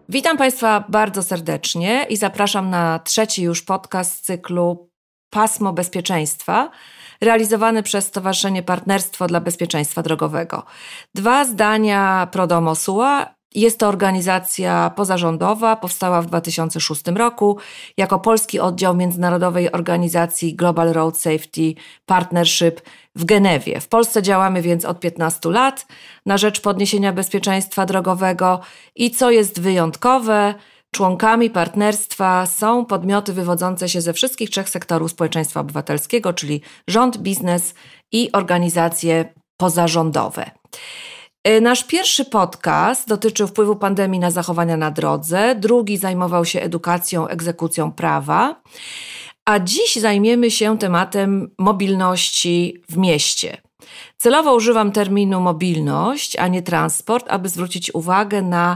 Witam Państwa bardzo serdecznie i zapraszam na trzeci już podcast z cyklu Pasmo Bezpieczeństwa, realizowany przez Stowarzyszenie Partnerstwo dla Bezpieczeństwa Drogowego. 2 zdania pro domo sua. Jest to organizacja pozarządowa, powstała w 2006 roku jako polski oddział międzynarodowej organizacji Global Road Safety Partnership w Genewie. W Polsce działamy więc od 15 lat na rzecz podniesienia bezpieczeństwa drogowego i co jest wyjątkowe, członkami partnerstwa są podmioty wywodzące się ze wszystkich 3 sektorów społeczeństwa obywatelskiego, czyli rząd, biznes i organizacje pozarządowe. Nasz pierwszy podcast dotyczył wpływu pandemii na zachowania na drodze, drugi zajmował się edukacją, egzekucją prawa, a dziś zajmiemy się tematem mobilności w mieście. Celowo używam terminu mobilność, a nie transport, aby zwrócić uwagę na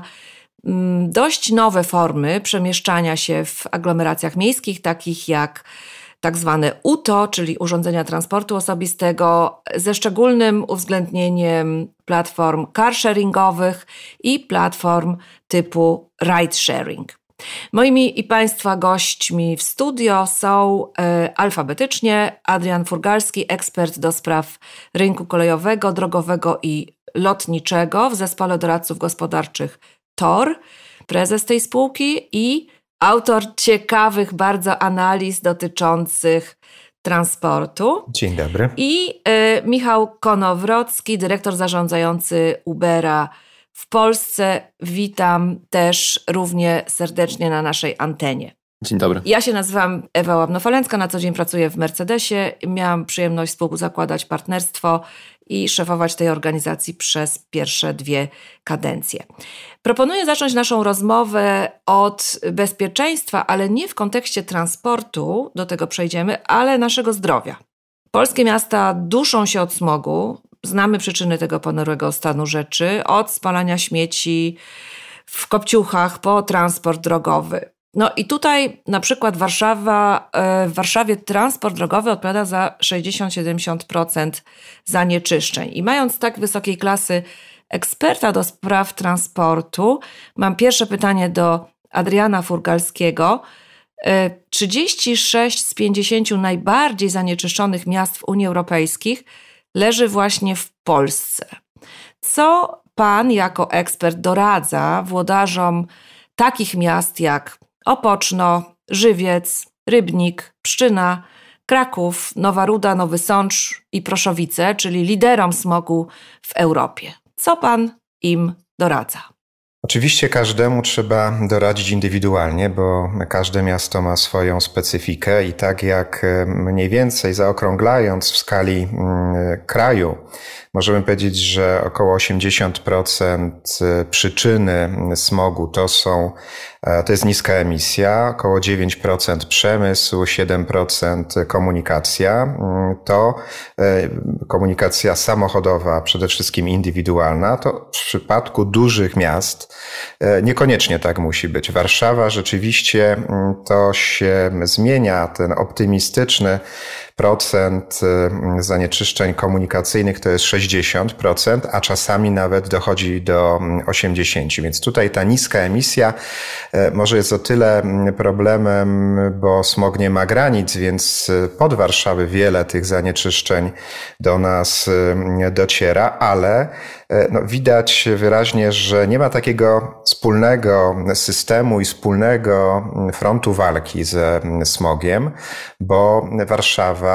dość nowe formy przemieszczania się w aglomeracjach miejskich, takich jak tak zwane UTO, czyli urządzenia transportu osobistego, ze szczególnym uwzględnieniem platform carsharingowych i platform typu ride-sharing. Moimi i Państwa gośćmi w studio są alfabetycznie Adrian Furgalski, ekspert do spraw rynku kolejowego, drogowego i lotniczego w Zespole Doradców Gospodarczych TOR, prezes tej spółki i autor ciekawych bardzo analiz dotyczących transportu. Dzień dobry. I Michał Konowrocki, dyrektor zarządzający Ubera w Polsce. Witam też równie serdecznie na naszej antenie. Dzień dobry. Ja się nazywam Ewa Łabno-Falęcka, na co dzień pracuję w Mercedesie. Miałam przyjemność współzakładać partnerstwo i szefować tej organizacji przez pierwsze 2 kadencje. Proponuję zacząć naszą rozmowę od bezpieczeństwa, ale nie w kontekście transportu, do tego przejdziemy, ale naszego zdrowia. Polskie miasta duszą się od smogu. Znamy przyczyny tego ponurego stanu rzeczy, od spalania śmieci w kopciuchach po transport drogowy. No i tutaj na przykład w Warszawie transport drogowy odpowiada za 60-70% zanieczyszczeń. I mając tak wysokiej klasy eksperta do spraw transportu, mam pierwsze pytanie do Adriana Furgalskiego. 36 z 50 najbardziej zanieczyszczonych miast w Unii Europejskiej leży właśnie w Polsce. Co pan jako ekspert doradza włodarzom takich miast jak Opoczno, Żywiec, Rybnik, Pszczyna, Kraków, Nowa Ruda, Nowy Sącz i Proszowice, czyli liderom smogu w Europie. Co pan im doradza? Oczywiście każdemu trzeba doradzić indywidualnie, bo każde miasto ma swoją specyfikę i tak jak mniej więcej zaokrąglając w skali kraju, możemy powiedzieć, że około 80% przyczyny smogu to jest niska emisja, około 9% przemysł, 7% komunikacja. To komunikacja samochodowa, przede wszystkim indywidualna, to w przypadku dużych miast niekoniecznie tak musi być. Warszawa rzeczywiście to się zmienia, ten optymistyczny procent zanieczyszczeń komunikacyjnych to jest 60%, a czasami nawet dochodzi do 80%. Więc tutaj ta niska emisja może jest o tyle problemem, bo smog nie ma granic, więc pod Warszawy wiele tych zanieczyszczeń do nas dociera, ale widać wyraźnie, że nie ma takiego wspólnego systemu i wspólnego frontu walki ze smogiem, bo Warszawa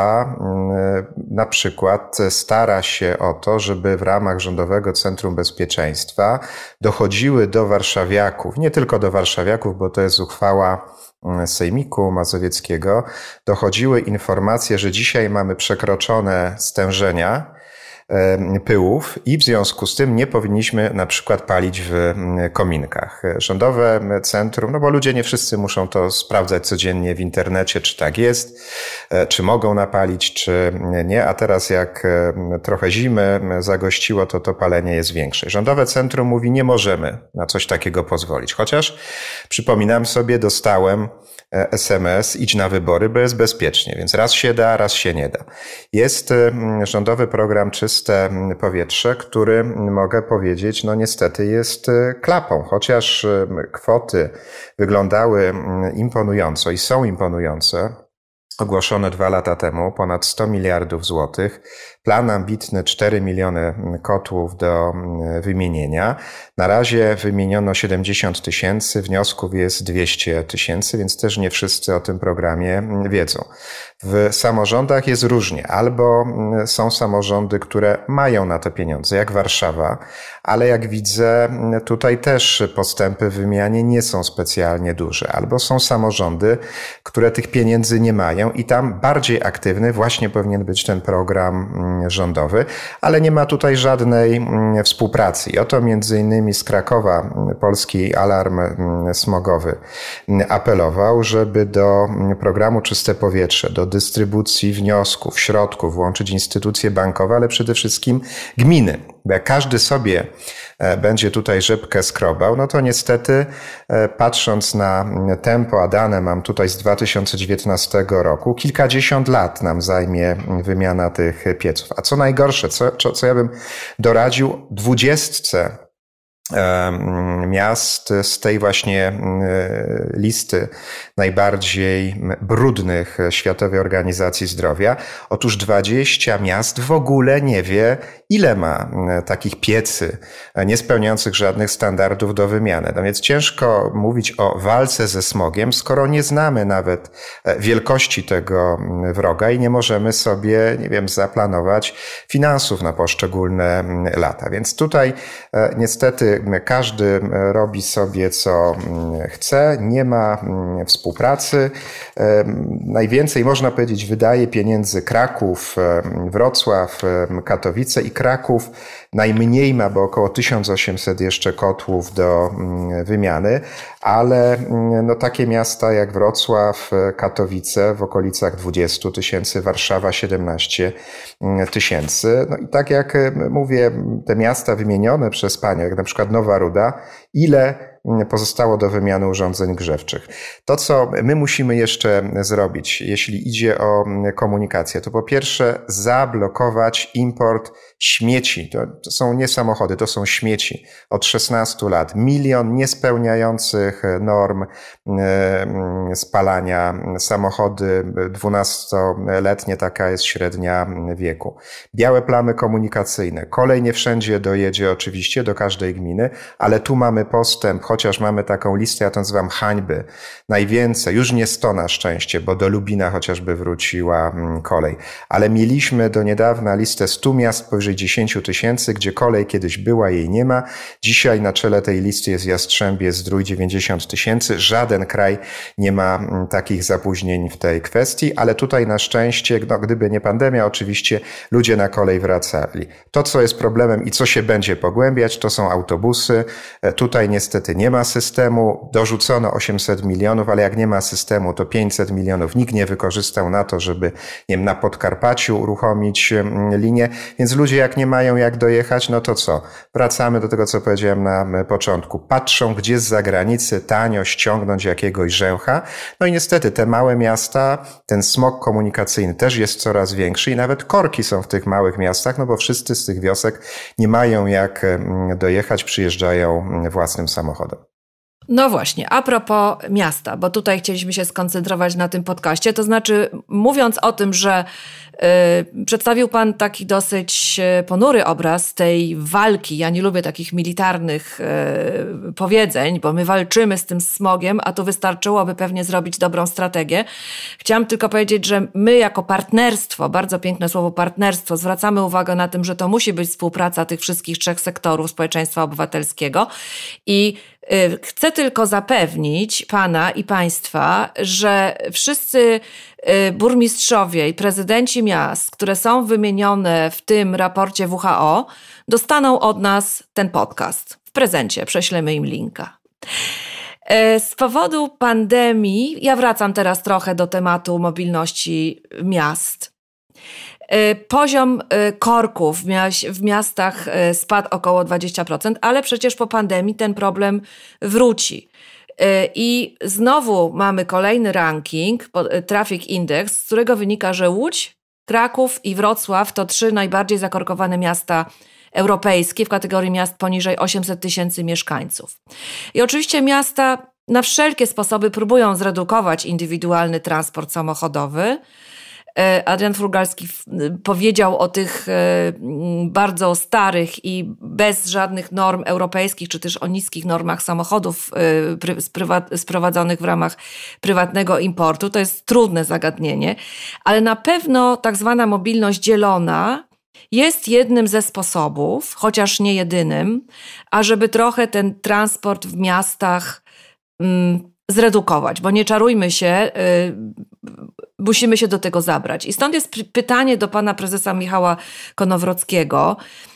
na przykład stara się o to, żeby w ramach Rządowego Centrum Bezpieczeństwa dochodziły do warszawiaków, nie tylko do warszawiaków, bo to jest uchwała Sejmiku Mazowieckiego, dochodziły informacje, że dzisiaj mamy przekroczone stężenia pyłów i w związku z tym nie powinniśmy na przykład palić w kominkach. Rządowe centrum, bo ludzie nie wszyscy muszą to sprawdzać codziennie w internecie, czy tak jest, czy mogą napalić, czy nie, a teraz jak trochę zimy zagościło, to palenie jest większe. Rządowe centrum mówi, nie możemy na coś takiego pozwolić, chociaż przypominam sobie, dostałem SMS, idź na wybory, bo jest bezpiecznie, więc raz się da, raz się nie da. Jest rządowy program Czysty czyste powietrze, który mogę powiedzieć, no niestety jest klapą. Chociaż kwoty wyglądały imponująco i są imponujące, ogłoszone 2 lata temu, ponad 100 miliardów złotych, plan ambitny 4 miliony kotłów do wymienienia. Na razie wymieniono 70 000, wniosków jest 200 000, więc też nie wszyscy o tym programie wiedzą. W samorządach jest różnie. Albo są samorządy, które mają na to pieniądze, jak Warszawa, ale jak widzę, tutaj też postępy w wymianie nie są specjalnie duże. Albo są samorządy, które tych pieniędzy nie mają i tam bardziej aktywny właśnie powinien być ten program rządowy, ale nie ma tutaj żadnej współpracy. I oto między innymi z Krakowa Polski Alarm Smogowy apelował, żeby do programu Czyste Powietrze, do dystrybucji wniosków, środków włączyć instytucje bankowe, ale przede wszystkim gminy. Bo jak każdy sobie będzie tutaj rzepkę skrobał, no to niestety patrząc na tempo, a dane mam tutaj z 2019 roku, kilkadziesiąt lat nam zajmie wymiana tych pieców. A co najgorsze, co ja bym doradził 20 miast z tej właśnie listy najbardziej brudnych Światowej Organizacji Zdrowia. Otóż 20 miast w ogóle nie wie, ile ma takich piecy niespełniających żadnych standardów do wymiany. No więc ciężko mówić o walce ze smogiem, skoro nie znamy nawet wielkości tego wroga i nie możemy sobie, nie wiem, zaplanować finansów na poszczególne lata. Więc tutaj niestety każdy robi sobie co chce, nie ma współpracy. Najwięcej, można powiedzieć, wydaje pieniędzy Kraków, Wrocław, Katowice i Kraków najmniej ma, bo około 1800 jeszcze kotłów do wymiany, ale no takie miasta jak Wrocław, Katowice w okolicach 20 000, Warszawa 17 000. No i tak jak mówię, te miasta wymienione przez panią, jak na przykład Nowa Ruda, ile pozostało do wymiany urządzeń grzewczych. To, co my musimy jeszcze zrobić, jeśli idzie o komunikację, to po pierwsze zablokować import śmieci. To są nie samochody, to są śmieci. Od 16 lat 1 milion niespełniających norm spalania. Samochody 12-letnie, taka jest średnia wieku. Białe plamy komunikacyjne. Kolej nie wszędzie dojedzie oczywiście, do każdej gminy, ale tu mamy postęp, chociaż mamy taką listę, ja to nazywam hańby. Najwięcej, już nie 100 na szczęście, bo do Lubina chociażby wróciła kolej. Ale mieliśmy do niedawna listę 100 miast powyżej 10 000, gdzie kolej kiedyś była, jej nie ma. Dzisiaj na czele tej listy jest Jastrzębie, Zdrój 90 000. Żaden kraj nie ma takich zapóźnień w tej kwestii, ale tutaj na szczęście, no, gdyby nie pandemia, oczywiście ludzie na kolej wracali. To, co jest problemem i co się będzie pogłębiać, to są autobusy. Tutaj niestety nie ma systemu. Dorzucono 800 milionów, ale jak nie ma systemu, to 500 milionów nikt nie wykorzystał na to, żeby, nie wiem, na Podkarpaciu uruchomić linię. Więc ludzie jak nie mają jak dojechać, no to co? Wracamy do tego, co powiedziałem na początku. Patrzą, gdzie z zagranicy tanio ściągnąć jakiegoś rzęcha. No i niestety te małe miasta, ten smog komunikacyjny też jest coraz większy i nawet korki są w tych małych miastach, no bo wszyscy z tych wiosek nie mają jak dojechać, przyjeżdżają własnym samochodem. No właśnie, a propos miasta, bo tutaj chcieliśmy się skoncentrować na tym podcaście, to znaczy mówiąc o tym, że przedstawił pan taki dosyć ponury obraz tej walki. Ja nie lubię takich militarnych powiedzeń, bo my walczymy z tym smogiem, a tu wystarczyłoby pewnie zrobić dobrą strategię. Chciałam tylko powiedzieć, że my jako partnerstwo, bardzo piękne słowo partnerstwo, zwracamy uwagę na tym, że to musi być współpraca tych wszystkich 3 sektorów społeczeństwa obywatelskiego i chcę tylko zapewnić pana i państwa, że wszyscy burmistrzowie i prezydenci miast, które są wymienione w tym raporcie WHO, dostaną od nas ten podcast. W prezencie prześlemy im linka. Z powodu pandemii, ja wracam teraz trochę do tematu mobilności miast. Poziom korków w miastach spadł około 20%, ale przecież po pandemii ten problem wróci. I znowu mamy kolejny ranking, Traffic Index, z którego wynika, że Łódź Kraków i Wrocław to 3 najbardziej zakorkowane miasta europejskie w kategorii miast poniżej 800 000 mieszkańców. I oczywiście miasta na wszelkie sposoby próbują zredukować indywidualny transport samochodowy. Adrian Furgalski powiedział o tych bardzo starych i bez żadnych norm europejskich, czy też o niskich normach samochodów sprowadzonych w ramach prywatnego importu. To jest trudne zagadnienie, ale na pewno tak zwana mobilność dzielona jest jednym ze sposobów, chociaż nie jedynym, ażeby trochę ten transport w miastach zredukować, bo nie czarujmy się, musimy się do tego zabrać. I stąd jest pytanie do pana prezesa Michała Konowrockiego.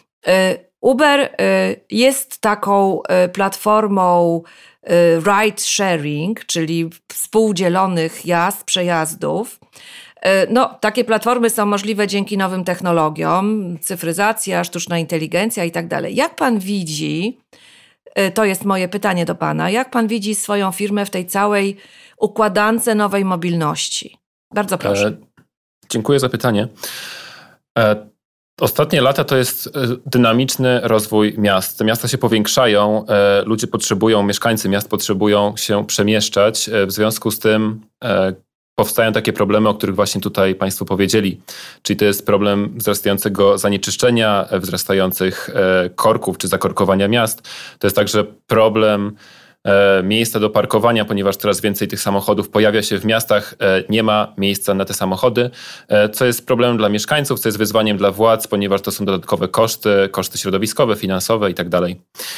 Uber jest taką platformą ride sharing, czyli współdzielonych przejazdów. No, takie platformy są możliwe dzięki nowym technologiom, cyfryzacja, sztuczna inteligencja i tak dalej. Jak pan widzi, to jest moje pytanie do pana, jak pan widzi swoją firmę w tej całej układance nowej mobilności? Bardzo proszę. Dziękuję za pytanie. Ostatnie lata to jest dynamiczny rozwój miast. Miasta się powiększają, ludzie potrzebują, mieszkańcy miast potrzebują się przemieszczać. W związku z tym powstają takie problemy, o których właśnie tutaj państwo powiedzieli. Czyli to jest problem wzrastającego zanieczyszczenia, wzrastających korków czy zakorkowania miast. To jest także problem miejsca do parkowania, ponieważ coraz więcej tych samochodów pojawia się w miastach, nie ma miejsca na te samochody, co jest problemem dla mieszkańców, co jest wyzwaniem dla władz, ponieważ to są dodatkowe koszty środowiskowe, finansowe i tak dalej.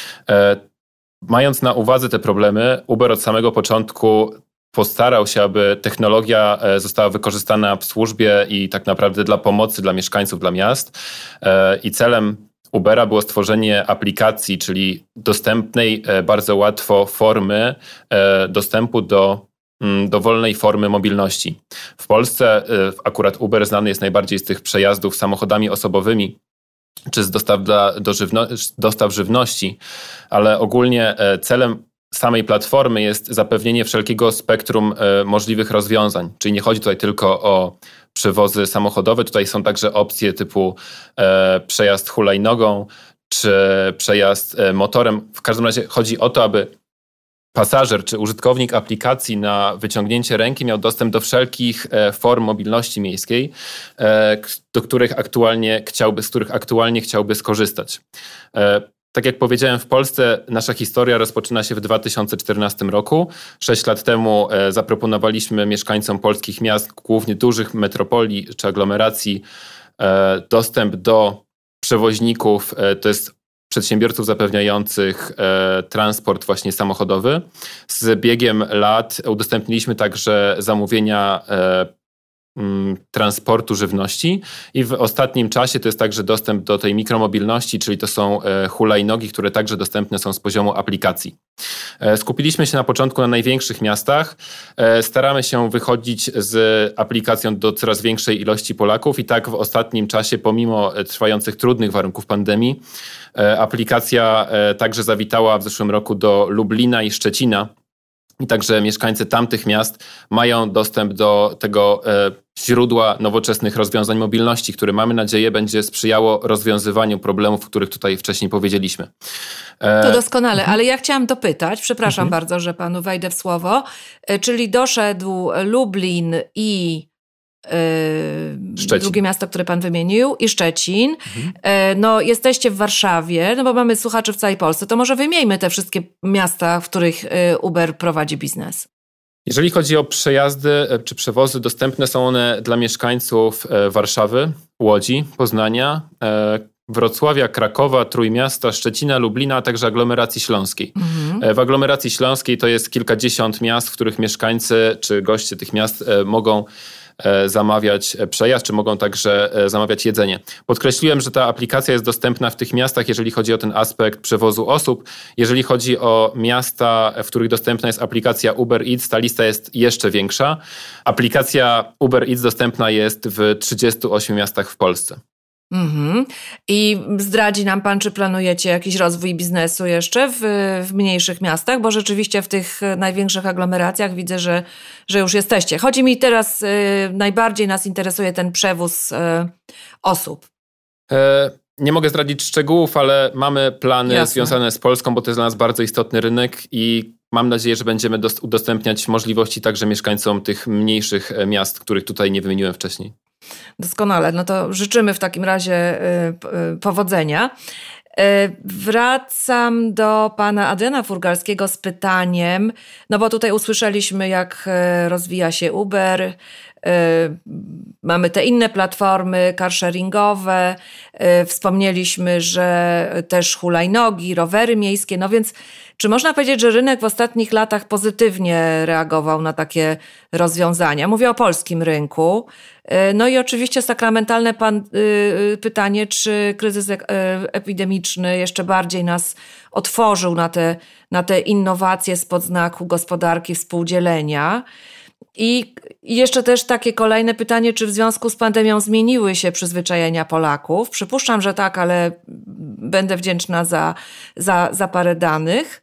Mając na uwadze te problemy, Uber od samego początku postarał się, aby technologia została wykorzystana w służbie i tak naprawdę dla pomocy dla mieszkańców, dla miast. I celem Ubera było stworzenie aplikacji, czyli dostępnej bardzo łatwo formy dostępu do wolnej formy mobilności. W Polsce akurat Uber znany jest najbardziej z tych przejazdów samochodami osobowymi, czy z dostaw żywności, ale ogólnie celem samej platformy jest zapewnienie wszelkiego spektrum możliwych rozwiązań. Czyli nie chodzi tutaj tylko o przewozy samochodowe, tutaj są także opcje typu przejazd hulajnogą czy przejazd motorem. W każdym razie chodzi o to, aby pasażer czy użytkownik aplikacji na wyciągnięcie ręki miał dostęp do wszelkich form mobilności miejskiej, z których aktualnie chciałby skorzystać. Tak jak powiedziałem, w Polsce nasza historia rozpoczyna się w 2014 roku. 6 lat temu zaproponowaliśmy mieszkańcom polskich miast, głównie dużych metropolii czy aglomeracji, dostęp do przewoźników, to jest przedsiębiorców zapewniających transport właśnie samochodowy. Z biegiem lat udostępniliśmy także zamówienia transportu żywności i w ostatnim czasie to jest także dostęp do tej mikromobilności, czyli to są hulajnogi, które także dostępne są z poziomu aplikacji. Skupiliśmy się na początku na największych miastach. Staramy się wychodzić z aplikacją do coraz większej ilości Polaków i tak w ostatnim czasie, pomimo trwających trudnych warunków pandemii, aplikacja także zawitała w zeszłym roku do Lublina i Szczecina. I także mieszkańcy tamtych miast mają dostęp do tego źródła nowoczesnych rozwiązań mobilności, które mamy nadzieję będzie sprzyjało rozwiązywaniu problemów, o których tutaj wcześniej powiedzieliśmy. To doskonale, ale ja chciałam dopytać, przepraszam bardzo, że panu wejdę w słowo, czyli doszedł Lublin i drugie miasto, które pan wymienił, i Szczecin. No, jesteście w Warszawie, no bo mamy słuchaczy w całej Polsce, to może wymieńmy te wszystkie miasta, w których Uber prowadzi biznes. Jeżeli chodzi o przejazdy czy przewozy, dostępne są one dla mieszkańców Warszawy, Łodzi, Poznania, Wrocławia, Krakowa, Trójmiasta, Szczecina, Lublina, a także aglomeracji śląskiej. W aglomeracji śląskiej to jest kilkadziesiąt miast, w których mieszkańcy czy goście tych miast mogą zamawiać przejazd, czy mogą także zamawiać jedzenie. Podkreśliłem, że ta aplikacja jest dostępna w tych miastach, jeżeli chodzi o ten aspekt przewozu osób. Jeżeli chodzi o miasta, w których dostępna jest aplikacja Uber Eats, ta lista jest jeszcze większa. Aplikacja Uber Eats dostępna jest w 38 miastach w Polsce. I zdradzi nam pan, czy planujecie jakiś rozwój biznesu jeszcze w mniejszych miastach? Bo rzeczywiście w tych największych aglomeracjach widzę, że już jesteście. Chodzi mi teraz, najbardziej nas interesuje ten przewóz osób. Nie mogę zdradzić szczegółów, ale mamy plany związane z Polską, bo to jest dla nas bardzo istotny rynek i mam nadzieję, że będziemy udostępniać możliwości także mieszkańcom tych mniejszych miast, których tutaj nie wymieniłem wcześniej. Doskonale, no to życzymy w takim razie powodzenia. Wracam do pana Adriana Furgalskiego z pytaniem, no bo tutaj usłyszeliśmy, jak rozwija się Uber, mamy te inne platformy carsharingowe, wspomnieliśmy, że też hulajnogi, rowery miejskie, no więc czy można powiedzieć, że rynek w ostatnich latach pozytywnie reagował na takie rozwiązania? Mówię o polskim rynku. No i oczywiście sakramentalne pytanie, czy kryzys epidemiczny jeszcze bardziej nas otworzył na te innowacje spod znaku gospodarki współdzielenia. I jeszcze też takie kolejne pytanie, czy w związku z pandemią zmieniły się przyzwyczajenia Polaków? Przypuszczam, że tak, ale będę wdzięczna za parę danych.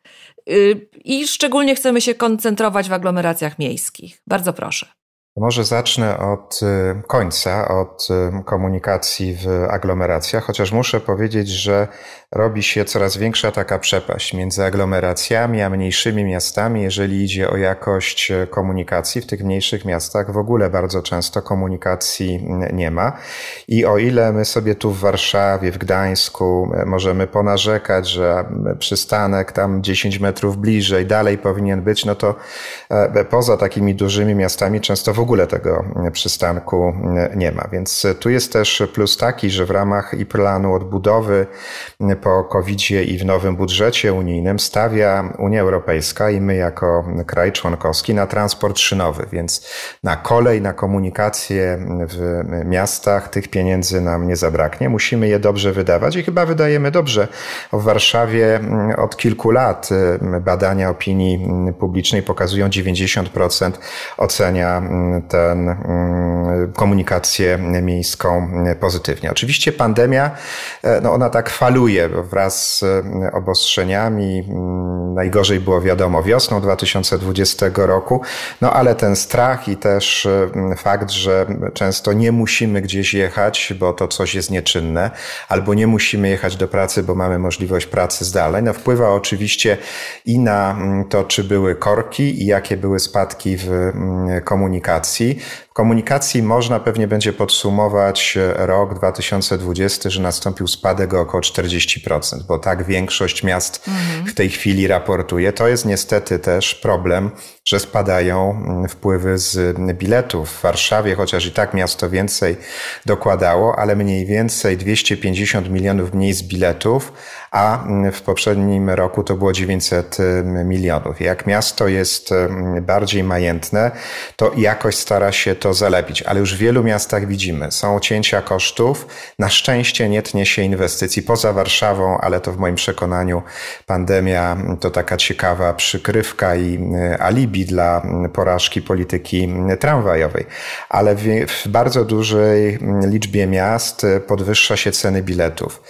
I szczególnie chcemy się koncentrować w aglomeracjach miejskich. Bardzo proszę. Może zacznę od końca, od komunikacji w aglomeracjach, chociaż muszę powiedzieć, że robi się coraz większa taka przepaść między aglomeracjami a mniejszymi miastami, jeżeli idzie o jakość komunikacji. W tych mniejszych miastach w ogóle bardzo często komunikacji nie ma. I o ile my sobie tu w Warszawie, w Gdańsku możemy ponarzekać, że przystanek tam 10 metrów bliżej, dalej powinien być, no to poza takimi dużymi miastami często w ogóle tego przystanku nie ma. Więc tu jest też plus taki, że w ramach i planu odbudowy po COVID-zie i w nowym budżecie unijnym stawia Unia Europejska i my jako kraj członkowski na transport szynowy, więc na kolej, na komunikację w miastach tych pieniędzy nam nie zabraknie. Musimy je dobrze wydawać i chyba wydajemy dobrze. W Warszawie od kilku lat badania opinii publicznej pokazują 90% ocenia tę komunikację miejską pozytywnie. Oczywiście pandemia, no ona tak faluje wraz z obostrzeniami. Najgorzej było wiadomo wiosną 2020 roku, no ale ten strach i też fakt, że często nie musimy gdzieś jechać, bo to coś jest nieczynne, albo nie musimy jechać do pracy, bo mamy możliwość pracy zdalnej, no wpływa oczywiście i na to, czy były korki i jakie były spadki w komunikacji. W komunikacji można pewnie będzie podsumować rok 2020, że nastąpił spadek o około 40%, bo tak większość miast w tej chwili raportuje. To jest niestety też problem, że spadają wpływy z biletów. W Warszawie, chociaż i tak miasto więcej dokładało, ale mniej więcej 250 milionów mniej z biletów, a w poprzednim roku to było 900 milionów. Jak miasto jest bardziej majętne, to jakoś stara się to zalepić, ale już w wielu miastach widzimy, są cięcia kosztów, na szczęście nie tnie się inwestycji poza Warszawą, ale to w moim przekonaniu pandemia to taka ciekawa przykrywka i alibi dla porażki polityki tramwajowej, ale w bardzo dużej liczbie miast podwyższa się ceny biletów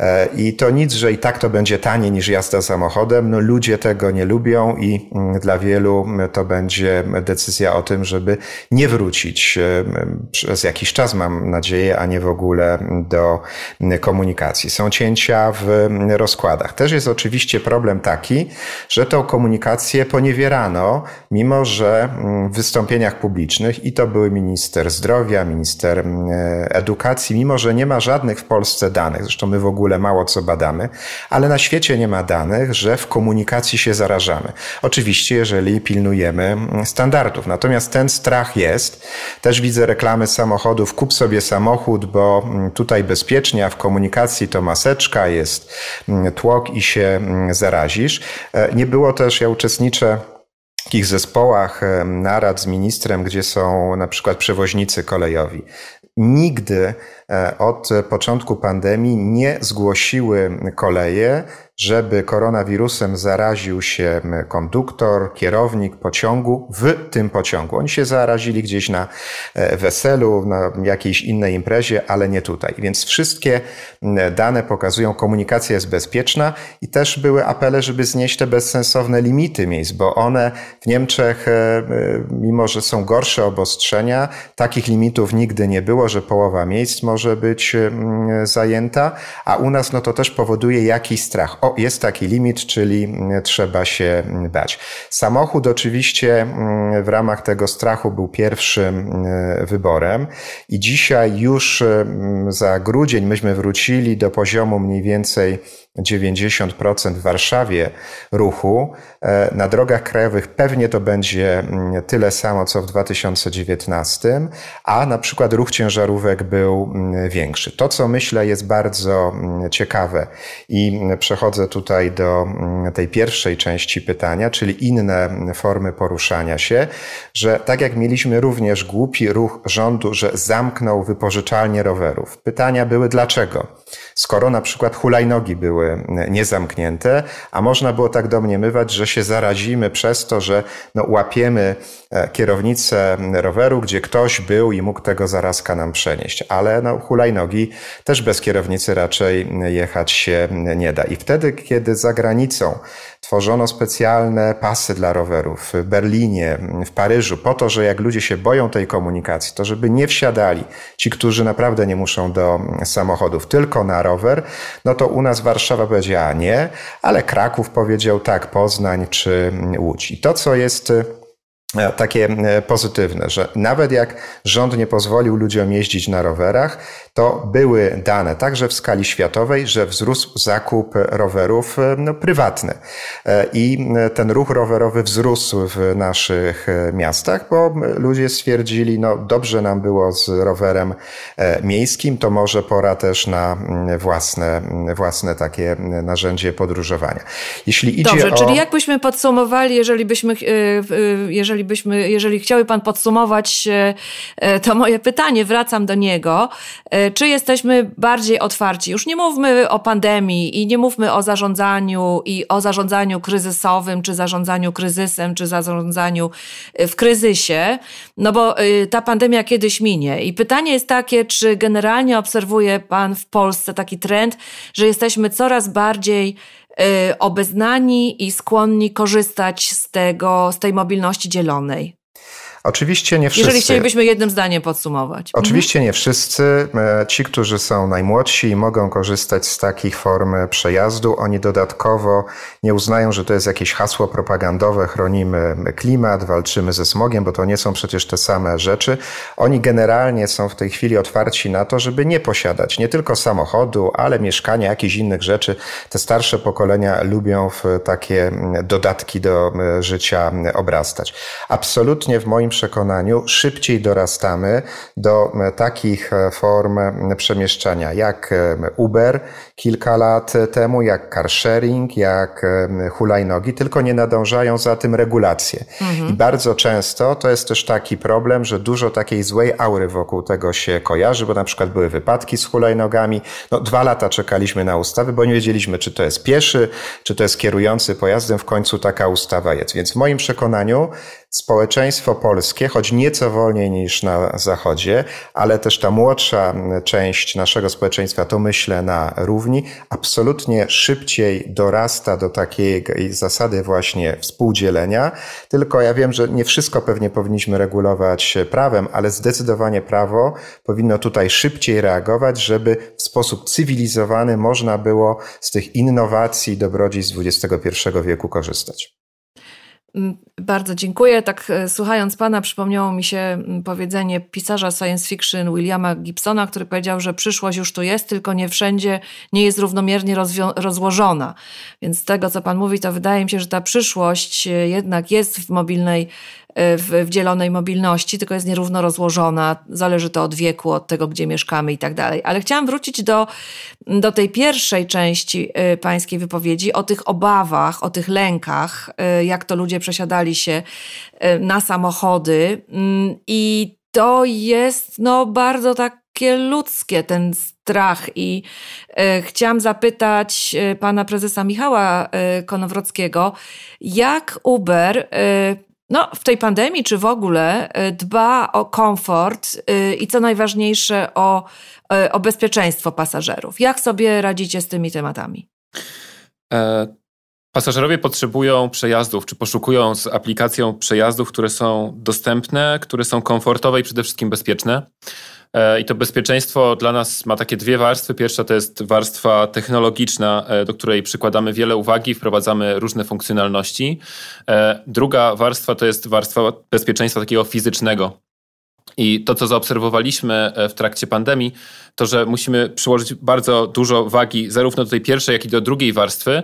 i to nic, że i tak to będzie taniej niż jazda samochodem, no ludzie tego nie lubią i dla wielu to będzie decyzja o tym, żeby nie wrócić przez jakiś czas, mam nadzieję, a nie w ogóle do komunikacji. Są cięcia w rozkładach. Też jest oczywiście problem taki, że tą komunikację poniewierano, mimo że w wystąpieniach publicznych, i to były minister zdrowia, minister edukacji, mimo że nie ma żadnych w Polsce danych, zresztą my w ogóle mało co badamy, ale na świecie nie ma danych, że w komunikacji się zarażamy. Oczywiście, jeżeli pilnujemy standardów. Natomiast ten strach jest. Też widzę reklamy samochodów, kup sobie samochód, bo tutaj bezpiecznie, a w komunikacji to maseczka, jest tłok i się zarazisz. Nie było też, ja uczestniczę w takich zespołach narad z ministrem, gdzie są na przykład przewoźnicy kolejowi. Nigdy od początku pandemii nie zgłosiły koleje żeby koronawirusem zaraził się konduktor, kierownik pociągu w tym pociągu. Oni się zarazili gdzieś na weselu, na jakiejś innej imprezie, ale nie tutaj. Więc wszystkie dane pokazują, komunikacja jest bezpieczna i też były apele, żeby znieść te bezsensowne limity miejsc, bo one w Niemczech, mimo że są gorsze obostrzenia, takich limitów nigdy nie było, że połowa miejsc może być zajęta, a u nas no to też powoduje jakiś strach. O, jest taki limit, czyli trzeba się bać. Samochód oczywiście w ramach tego strachu był pierwszym wyborem i dzisiaj już za grudzień myśmy wrócili do poziomu mniej więcej 90% w Warszawie ruchu. Na drogach krajowych pewnie to będzie tyle samo, co w 2019, a na przykład ruch ciężarówek był większy. To, co myślę jest bardzo ciekawe i przechodzę tutaj do tej pierwszej części pytania, czyli inne formy poruszania się, że tak jak mieliśmy również głupi ruch rządu, że zamknął wypożyczalnie rowerów. Pytania były dlaczego? Skoro na przykład hulajnogi były niezamknięte, a można było tak domniemywać, że się zarazimy przez to, że łapiemy kierownicę roweru, gdzie ktoś był i mógł tego zarazka nam przenieść. Ale hulajnogi też bez kierownicy raczej jechać się nie da. I wtedy, kiedy za granicą tworzono specjalne pasy dla rowerów w Berlinie, w Paryżu, po to, że jak ludzie się boją tej komunikacji, to żeby nie wsiadali ci, którzy naprawdę nie muszą do samochodów, tylko na rower, no to u nas Warszawa powiedziała nie, ale Kraków powiedział tak, Poznań czy Łódź. I to, co jest takie pozytywne, że nawet jak rząd nie pozwolił ludziom jeździć na rowerach, to były dane także w skali światowej, że wzrósł zakup rowerów prywatny. I ten ruch rowerowy wzrósł w naszych miastach, bo ludzie stwierdzili, dobrze nam było z rowerem miejskim, to może pora też na własne takie narzędzie podróżowania. Jeśli idzie Dobrze, czyli jakbyśmy podsumowali, jeżeli chciałby pan podsumować to moje pytanie, wracam do niego. Czy jesteśmy bardziej otwarci? Już nie mówmy o pandemii i nie mówmy o zarządzaniu kryzysowym, czy zarządzaniu kryzysem, czy zarządzaniu w kryzysie, no bo ta pandemia kiedyś minie. I pytanie jest takie, czy generalnie obserwuje pan w Polsce taki trend, że jesteśmy coraz bardziej obeznani i skłonni korzystać z tej mobilności dzielonej? Oczywiście nie wszyscy. Jeżeli chcielibyśmy jednym zdaniem podsumować. Oczywiście nie wszyscy. Ci, którzy są najmłodsi i mogą korzystać z takich form przejazdu, oni dodatkowo nie uznają, że to jest jakieś hasło propagandowe, chronimy klimat, walczymy ze smogiem, bo to nie są przecież te same rzeczy. Oni generalnie są w tej chwili otwarci na to, żeby nie posiadać nie tylko samochodu, ale mieszkania, jakichś innych rzeczy. Te starsze pokolenia lubią w takie dodatki do życia obrastać. Absolutnie w moim przekonaniu szybciej dorastamy do takich form przemieszczania jak Uber kilka lat temu, jak car sharing, jak hulajnogi, tylko nie nadążają za tym regulacje. I bardzo często to jest też taki problem, że dużo takiej złej aury wokół tego się kojarzy, bo na przykład były wypadki z hulajnogami. 2 lata czekaliśmy na ustawy, bo nie wiedzieliśmy, czy to jest pieszy, czy to jest kierujący pojazdem. W końcu taka ustawa jest. Więc w moim przekonaniu społeczeństwo polskie, choć nieco wolniej niż na Zachodzie, ale też ta młodsza część naszego społeczeństwa, to myślę na równi, absolutnie szybciej dorasta do takiej zasady właśnie współdzielenia. Tylko ja wiem, że nie wszystko pewnie powinniśmy regulować prawem, ale zdecydowanie prawo powinno tutaj szybciej reagować, żeby w sposób cywilizowany można było z tych innowacji i dobrodziejstw XXI wieku korzystać. Bardzo dziękuję. Tak słuchając pana, przypomniało mi się powiedzenie pisarza science fiction Williama Gibsona, który powiedział, że przyszłość już tu jest, tylko nie wszędzie nie jest równomiernie rozłożona. Więc z tego, co pan mówi, to wydaje mi się, że ta przyszłość jednak jest w dzielonej mobilności, tylko jest nierówno rozłożona. Zależy to od wieku, od tego, gdzie mieszkamy i tak dalej. Ale chciałam wrócić do tej pierwszej części pańskiej wypowiedzi, o tych obawach, o tych lękach, jak to ludzie przesiadali się na samochody. I to jest bardzo tak takie ludzkie, ten strach. I chciałam zapytać pana prezesa Michała Konowrockiego, jak Uber w tej pandemii czy w ogóle dba o komfort i co najważniejsze o bezpieczeństwo pasażerów. Jak sobie radzicie z tymi tematami? Pasażerowie potrzebują przejazdów, czy poszukują z aplikacją przejazdów, które są dostępne, które są komfortowe i przede wszystkim bezpieczne. I to bezpieczeństwo dla nas ma takie dwie warstwy. Pierwsza to jest warstwa technologiczna, do której przykładamy wiele uwagi, wprowadzamy różne funkcjonalności. Druga warstwa to jest warstwa bezpieczeństwa takiego fizycznego. I to, co zaobserwowaliśmy w trakcie pandemii, to, że musimy przyłożyć bardzo dużo wagi zarówno do tej pierwszej, jak i do drugiej warstwy.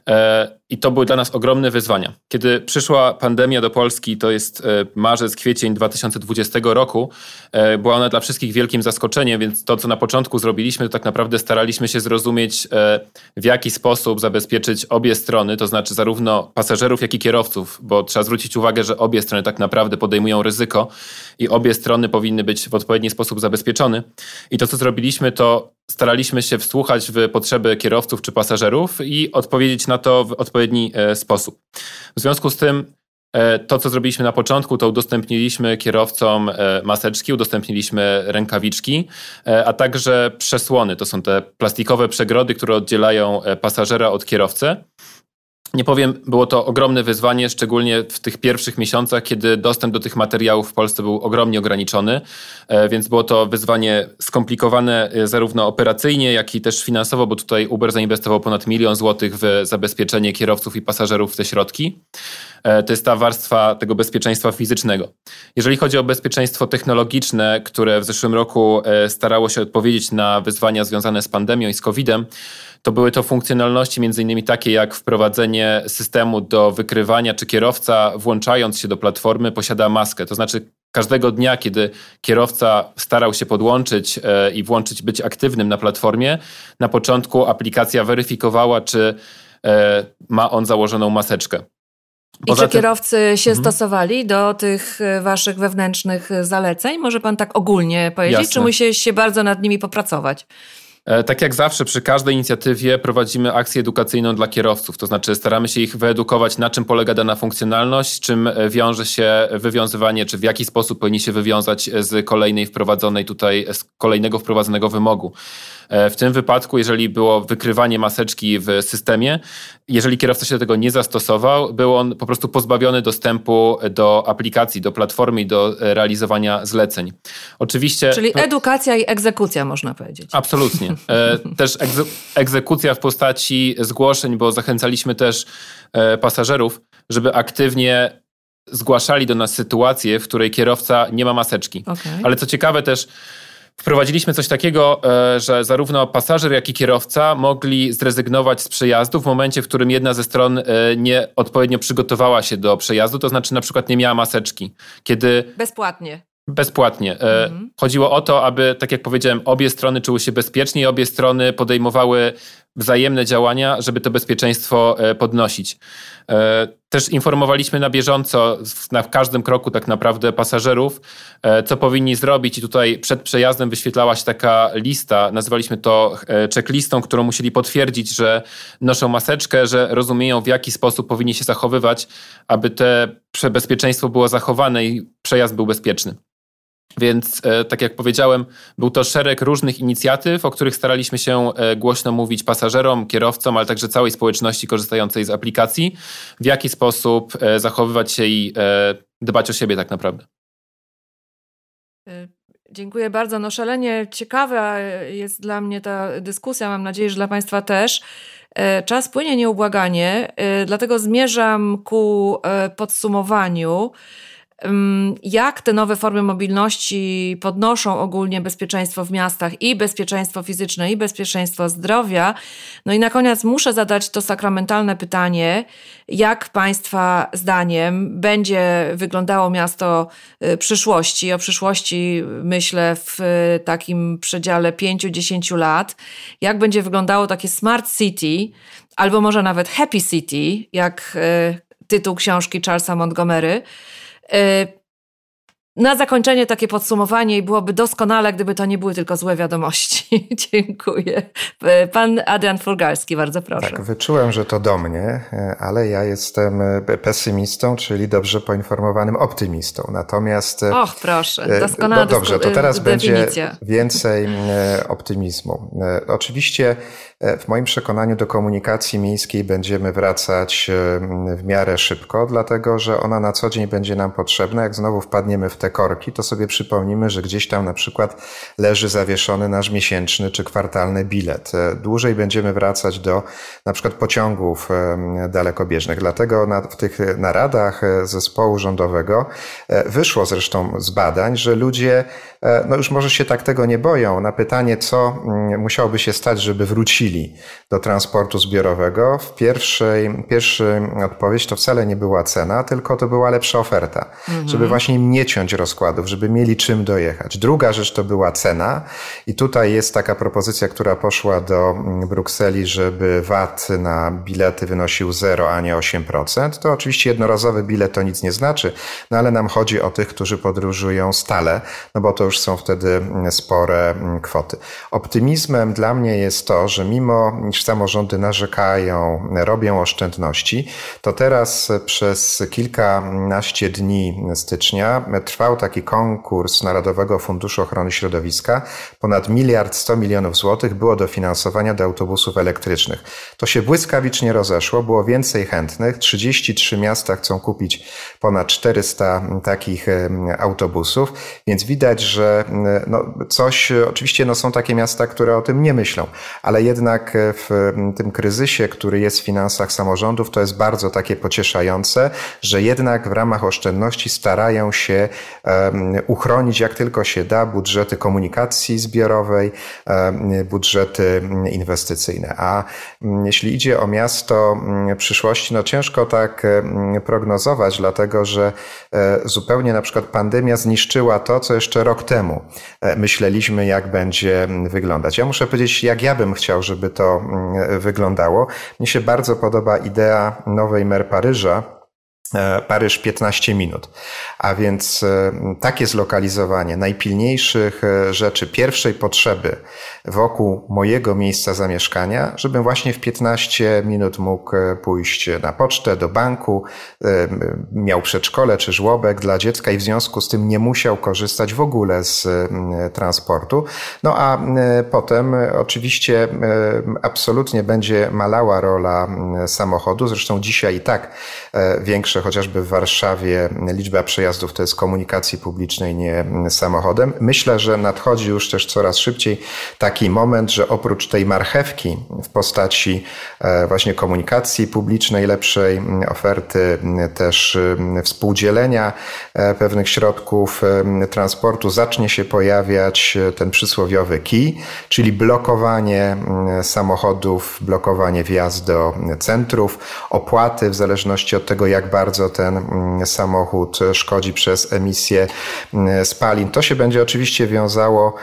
I to były dla nas ogromne wyzwania. Kiedy przyszła pandemia do Polski, to jest marzec, kwiecień 2020 roku, była ona dla wszystkich wielkim zaskoczeniem, więc to, co na początku zrobiliśmy, to tak naprawdę staraliśmy się zrozumieć, w jaki sposób zabezpieczyć obie strony, to znaczy zarówno pasażerów, jak i kierowców, bo trzeba zwrócić uwagę, że obie strony tak naprawdę podejmują ryzyko i obie strony powinny być w odpowiedni sposób zabezpieczone. I to, co zrobiliśmy, to staraliśmy się wsłuchać w potrzeby kierowców czy pasażerów i odpowiedzieć na to w odpowiedni sposób. W związku z tym to, co zrobiliśmy na początku, to udostępniliśmy kierowcom maseczki, udostępniliśmy rękawiczki, a także przesłony. To są te plastikowe przegrody, które oddzielają pasażera od kierowcy. Nie powiem, było to ogromne wyzwanie, szczególnie w tych pierwszych miesiącach, kiedy dostęp do tych materiałów w Polsce był ogromnie ograniczony, więc było to wyzwanie skomplikowane zarówno operacyjnie, jak i też finansowo, bo tutaj Uber zainwestował ponad 1 000 000 złotych w zabezpieczenie kierowców i pasażerów w te środki. To jest ta warstwa tego bezpieczeństwa fizycznego. Jeżeli chodzi o bezpieczeństwo technologiczne, które w zeszłym roku starało się odpowiedzieć na wyzwania związane z pandemią i z COVID-em, to były to funkcjonalności między innymi takie jak wprowadzenie systemu do wykrywania, czy kierowca włączając się do platformy posiada maskę. To znaczy każdego dnia, kiedy kierowca starał się podłączyć i być aktywnym na platformie, na początku aplikacja weryfikowała, czy ma on założoną maseczkę. I czy kierowcy się stosowali do tych waszych wewnętrznych zaleceń? Może pan tak ogólnie powiedzieć, Jasne. Czy musieliście się bardzo nad nimi popracować? Tak jak zawsze przy każdej inicjatywie prowadzimy akcję edukacyjną dla kierowców, to znaczy staramy się ich wyedukować, na czym polega dana funkcjonalność, czym wiąże się wywiązywanie, czy w jaki sposób powinni się wywiązać z kolejnego wprowadzonego wymogu. W tym wypadku, jeżeli było wykrywanie maseczki w systemie, jeżeli kierowca się do tego nie zastosował, był on po prostu pozbawiony dostępu do aplikacji, do platformy i do realizowania zleceń. Oczywiście. Czyli edukacja i egzekucja, można powiedzieć. Absolutnie. Też egzekucja w postaci zgłoszeń, bo zachęcaliśmy też pasażerów, żeby aktywnie zgłaszali do nas sytuację, w której kierowca nie ma maseczki. Okay. Ale co ciekawe też, wprowadziliśmy coś takiego, że zarówno pasażer, jak i kierowca mogli zrezygnować z przejazdu w momencie, w którym jedna ze stron nie odpowiednio przygotowała się do przejazdu, to znaczy na przykład nie miała maseczki. Bezpłatnie. Chodziło o to, aby, tak jak powiedziałem, obie strony czuły się bezpiecznie i obie strony podejmowały wzajemne działania, żeby to bezpieczeństwo podnosić. Też informowaliśmy na bieżąco, na każdym kroku tak naprawdę pasażerów, co powinni zrobić i tutaj przed przejazdem wyświetlała się taka lista, nazywaliśmy to checklistą, którą musieli potwierdzić, że noszą maseczkę, że rozumieją, w jaki sposób powinni się zachowywać, aby to bezpieczeństwo było zachowane i przejazd był bezpieczny. Więc tak jak powiedziałem, był to szereg różnych inicjatyw, o których staraliśmy się głośno mówić pasażerom, kierowcom, ale także całej społeczności korzystającej z aplikacji, w jaki sposób zachowywać się i dbać o siebie tak naprawdę. Dziękuję bardzo. Szalenie ciekawa jest dla mnie ta dyskusja, mam nadzieję, że dla Państwa też. Czas płynie nieubłaganie, dlatego zmierzam ku podsumowaniu. Jak te nowe formy mobilności podnoszą ogólnie bezpieczeństwo w miastach i bezpieczeństwo fizyczne i bezpieczeństwo zdrowia. I na koniec muszę zadać to sakramentalne pytanie, jak Państwa zdaniem będzie wyglądało miasto przyszłości? O przyszłości myślę w takim przedziale 5-10 lat. Jak będzie wyglądało takie smart city, albo może nawet happy city, jak tytuł książki Charlesa Montgomery. Na zakończenie takie podsumowanie i byłoby doskonale, gdyby to nie były tylko złe wiadomości. Dziękuję. Pan Adrian Furgalski, bardzo proszę. Tak, wyczułem, że to do mnie, ale ja jestem pesymistą, czyli dobrze poinformowanym optymistą. Natomiast... Och, proszę, doskonała dobrze, to teraz definicja. będzie więcej optymizmu. Oczywiście w moim przekonaniu do komunikacji miejskiej będziemy wracać w miarę szybko, dlatego że ona na co dzień będzie nam potrzebna. Jak znowu wpadniemy w te korki, to sobie przypomnimy, że gdzieś tam na przykład leży zawieszony nasz miesięczny czy kwartalny bilet. Dłużej będziemy wracać do na przykład pociągów dalekobieżnych. Dlatego w tych naradach zespołu rządowego wyszło zresztą z badań, że ludzie już może się tak tego nie boją. Na pytanie, co musiałoby się stać, żeby wrócili do transportu zbiorowego, pierwsza odpowiedź to wcale nie była cena, tylko to była lepsza oferta. Żeby właśnie nie ciąć rozkładów, żeby mieli czym dojechać. Druga rzecz to była cena i tutaj jest taka propozycja, która poszła do Brukseli, żeby VAT na bilety wynosił 0, a nie 8%. To oczywiście jednorazowy bilet to nic nie znaczy, no ale nam chodzi o tych, którzy podróżują stale, no bo to już są wtedy spore kwoty. Optymizmem dla mnie jest to, że mimo iż samorządy narzekają, robią oszczędności, to teraz przez kilkanaście dni stycznia trwał taki konkurs Narodowego Funduszu Ochrony Środowiska. Ponad 1,1 mld złotych było dofinansowania do autobusów elektrycznych. To się błyskawicznie rozeszło, było więcej chętnych. 33 miasta chcą kupić ponad 400 takich autobusów, więc widać, że oczywiście są takie miasta, które o tym nie myślą, ale jednak w tym kryzysie, który jest w finansach samorządów, to jest bardzo takie pocieszające, że jednak w ramach oszczędności starają się uchronić jak tylko się da budżety komunikacji zbiorowej, budżety inwestycyjne. A jeśli idzie o miasto przyszłości, ciężko tak prognozować, dlatego że zupełnie na przykład pandemia zniszczyła to, co jeszcze rok temu myśleliśmy, jak będzie wyglądać. Ja muszę powiedzieć, jak ja bym chciał, żeby to wyglądało. Mnie się bardzo podoba idea nowej mer Paryża, Paryż 15 minut. A więc takie zlokalizowanie najpilniejszych rzeczy pierwszej potrzeby wokół mojego miejsca zamieszkania, żebym właśnie w 15 minut mógł pójść na pocztę, do banku, miał przedszkole czy żłobek dla dziecka i w związku z tym nie musiał korzystać w ogóle z transportu. No a potem oczywiście absolutnie będzie malała rola samochodu. Zresztą dzisiaj i tak większe, chociażby w Warszawie, liczba przejazdów to jest komunikacji publicznej, nie samochodem. Myślę, że nadchodzi już też coraz szybciej taki moment, że oprócz tej marchewki w postaci właśnie komunikacji publicznej, lepszej oferty, też współdzielenia pewnych środków transportu, zacznie się pojawiać ten przysłowiowy kij, czyli blokowanie samochodów, blokowanie wjazdu do centrów, opłaty w zależności od tego, jak bardzo ten samochód szkodzi przez emisję spalin. To się będzie oczywiście wiązało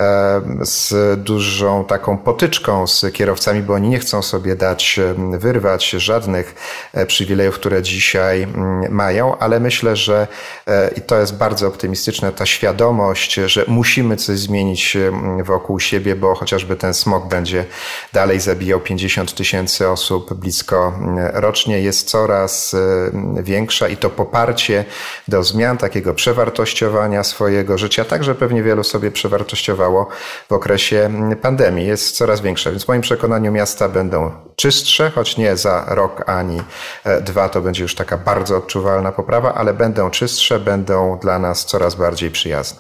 z dużą taką potyczką z kierowcami, bo oni nie chcą sobie wyrwać żadnych przywilejów, które dzisiaj mają, ale myślę, że i to jest bardzo optymistyczne, ta świadomość, że musimy coś zmienić wokół siebie, bo chociażby ten smog będzie dalej zabijał 50 000 osób blisko rocznie, jest coraz większa i to poparcie do zmian, takiego przewartościowania swojego życia, także pewnie wielu sobie przewartościowało w okresie pandemii, jest coraz większa. Więc w moim przekonaniu miasta będą czystsze, choć nie za rok ani 2, to będzie już taka bardzo odczuwalna poprawa, ale będą czystsze, będą dla nas coraz bardziej przyjazne.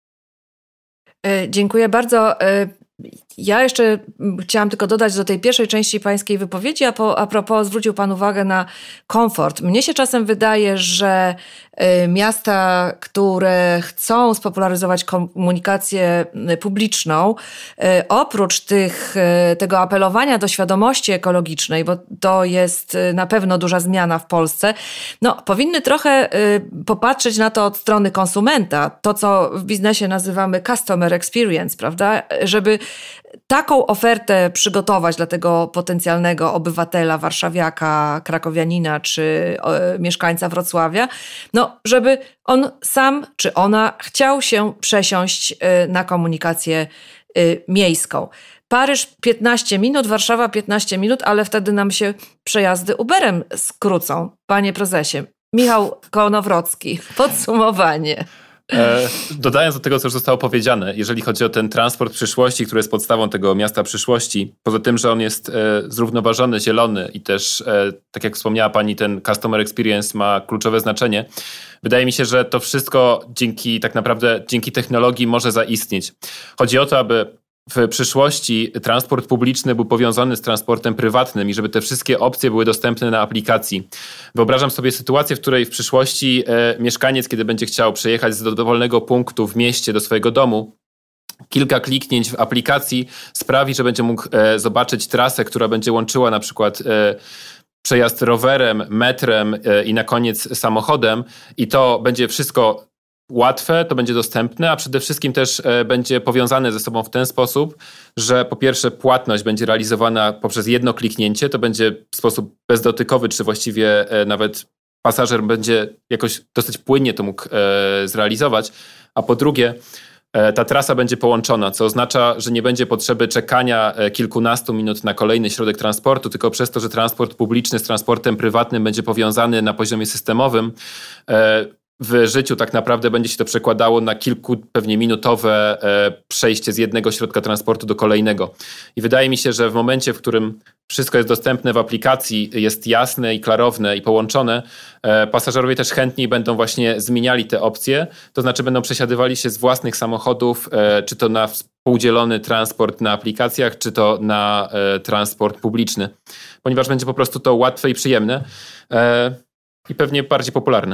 Dziękuję bardzo. Ja jeszcze chciałam tylko dodać do tej pierwszej części pańskiej wypowiedzi, a propos zwrócił pan uwagę na komfort. Mnie się czasem wydaje, że miasta, które chcą spopularyzować komunikację publiczną, oprócz tego apelowania do świadomości ekologicznej, bo to jest na pewno duża zmiana w Polsce, powinny trochę popatrzeć na to od strony konsumenta, to co w biznesie nazywamy customer experience, prawda? Żeby taką ofertę przygotować dla tego potencjalnego obywatela, warszawiaka, krakowianina czy mieszkańca Wrocławia, żeby on sam czy ona chciał się przesiąść na komunikację miejską. Paryż 15 minut, Warszawa 15 minut, ale wtedy nam się przejazdy Uberem skrócą. Panie prezesie, Michał Konowrocki, podsumowanie. Dodając do tego, co już zostało powiedziane, jeżeli chodzi o ten transport przyszłości, który jest podstawą tego miasta przyszłości, poza tym, że on jest zrównoważony, zielony i też, tak jak wspomniała pani, ten customer experience ma kluczowe znaczenie, wydaje mi się, że to wszystko dzięki technologii może zaistnieć. Chodzi o to, aby w przyszłości transport publiczny był powiązany z transportem prywatnym i żeby te wszystkie opcje były dostępne na aplikacji. Wyobrażam sobie sytuację, w której w przyszłości mieszkaniec, kiedy będzie chciał przejechać z dowolnego punktu w mieście do swojego domu, kilka kliknięć w aplikacji sprawi, że będzie mógł zobaczyć trasę, która będzie łączyła na przykład przejazd rowerem, metrem i na koniec samochodem i to będzie wszystko łatwe, to będzie dostępne, a przede wszystkim też będzie powiązane ze sobą w ten sposób, że po pierwsze płatność będzie realizowana poprzez jedno kliknięcie, to będzie w sposób bezdotykowy, czy właściwie nawet pasażer będzie jakoś dosyć płynnie to mógł zrealizować, a po drugie ta trasa będzie połączona, co oznacza, że nie będzie potrzeby czekania kilkunastu minut na kolejny środek transportu, tylko przez to, że transport publiczny z transportem prywatnym będzie powiązany na poziomie systemowym, w życiu tak naprawdę będzie się to przekładało na pewnie minutowe przejście z jednego środka transportu do kolejnego. I wydaje mi się, że w momencie, w którym wszystko jest dostępne w aplikacji, jest jasne i klarowne i połączone, pasażerowie też chętniej będą właśnie zmieniali te opcje, to znaczy będą przesiadywali się z własnych samochodów, czy to na współdzielony transport na aplikacjach, czy to na transport publiczny, ponieważ będzie po prostu to łatwe i przyjemne i pewnie bardziej popularne.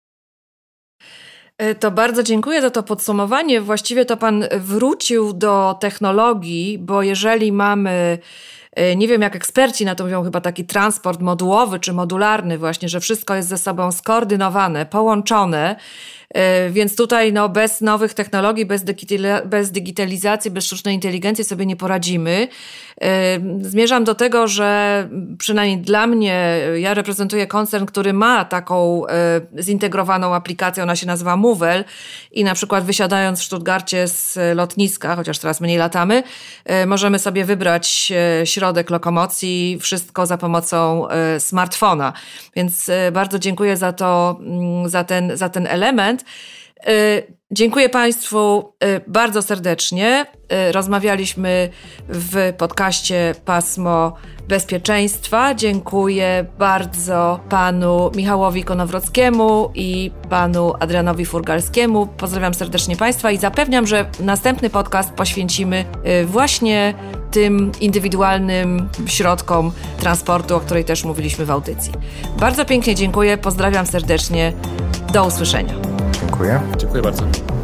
To bardzo dziękuję za to podsumowanie. Właściwie to pan wrócił do technologii, bo jeżeli mamy, nie wiem jak eksperci na to mówią, chyba taki transport modułowy czy modularny właśnie, że wszystko jest ze sobą skoordynowane, połączone, więc tutaj bez nowych technologii, bez digitalizacji, bez sztucznej inteligencji sobie nie poradzimy. Zmierzam do tego, że przynajmniej dla mnie, ja reprezentuję koncern, który ma taką zintegrowaną aplikację, ona się nazywa Movell i na przykład wysiadając w Stuttgarcie z lotniska, chociaż teraz mniej latamy, możemy sobie wybrać środek lokomocji, wszystko za pomocą smartfona. Więc bardzo dziękuję za ten element. Dziękuję Państwu bardzo serdecznie. Rozmawialiśmy w podcaście Pasmo Bezpieczeństwa. Dziękuję bardzo panu Michałowi Konowrockiemu i panu Adrianowi Furgalskiemu. Pozdrawiam serdecznie Państwa i zapewniam, że następny podcast poświęcimy właśnie tym indywidualnym środkom transportu, o której też mówiliśmy w audycji. Bardzo pięknie dziękuję, pozdrawiam serdecznie. Do usłyszenia. Dziękuję. Dziękuję bardzo.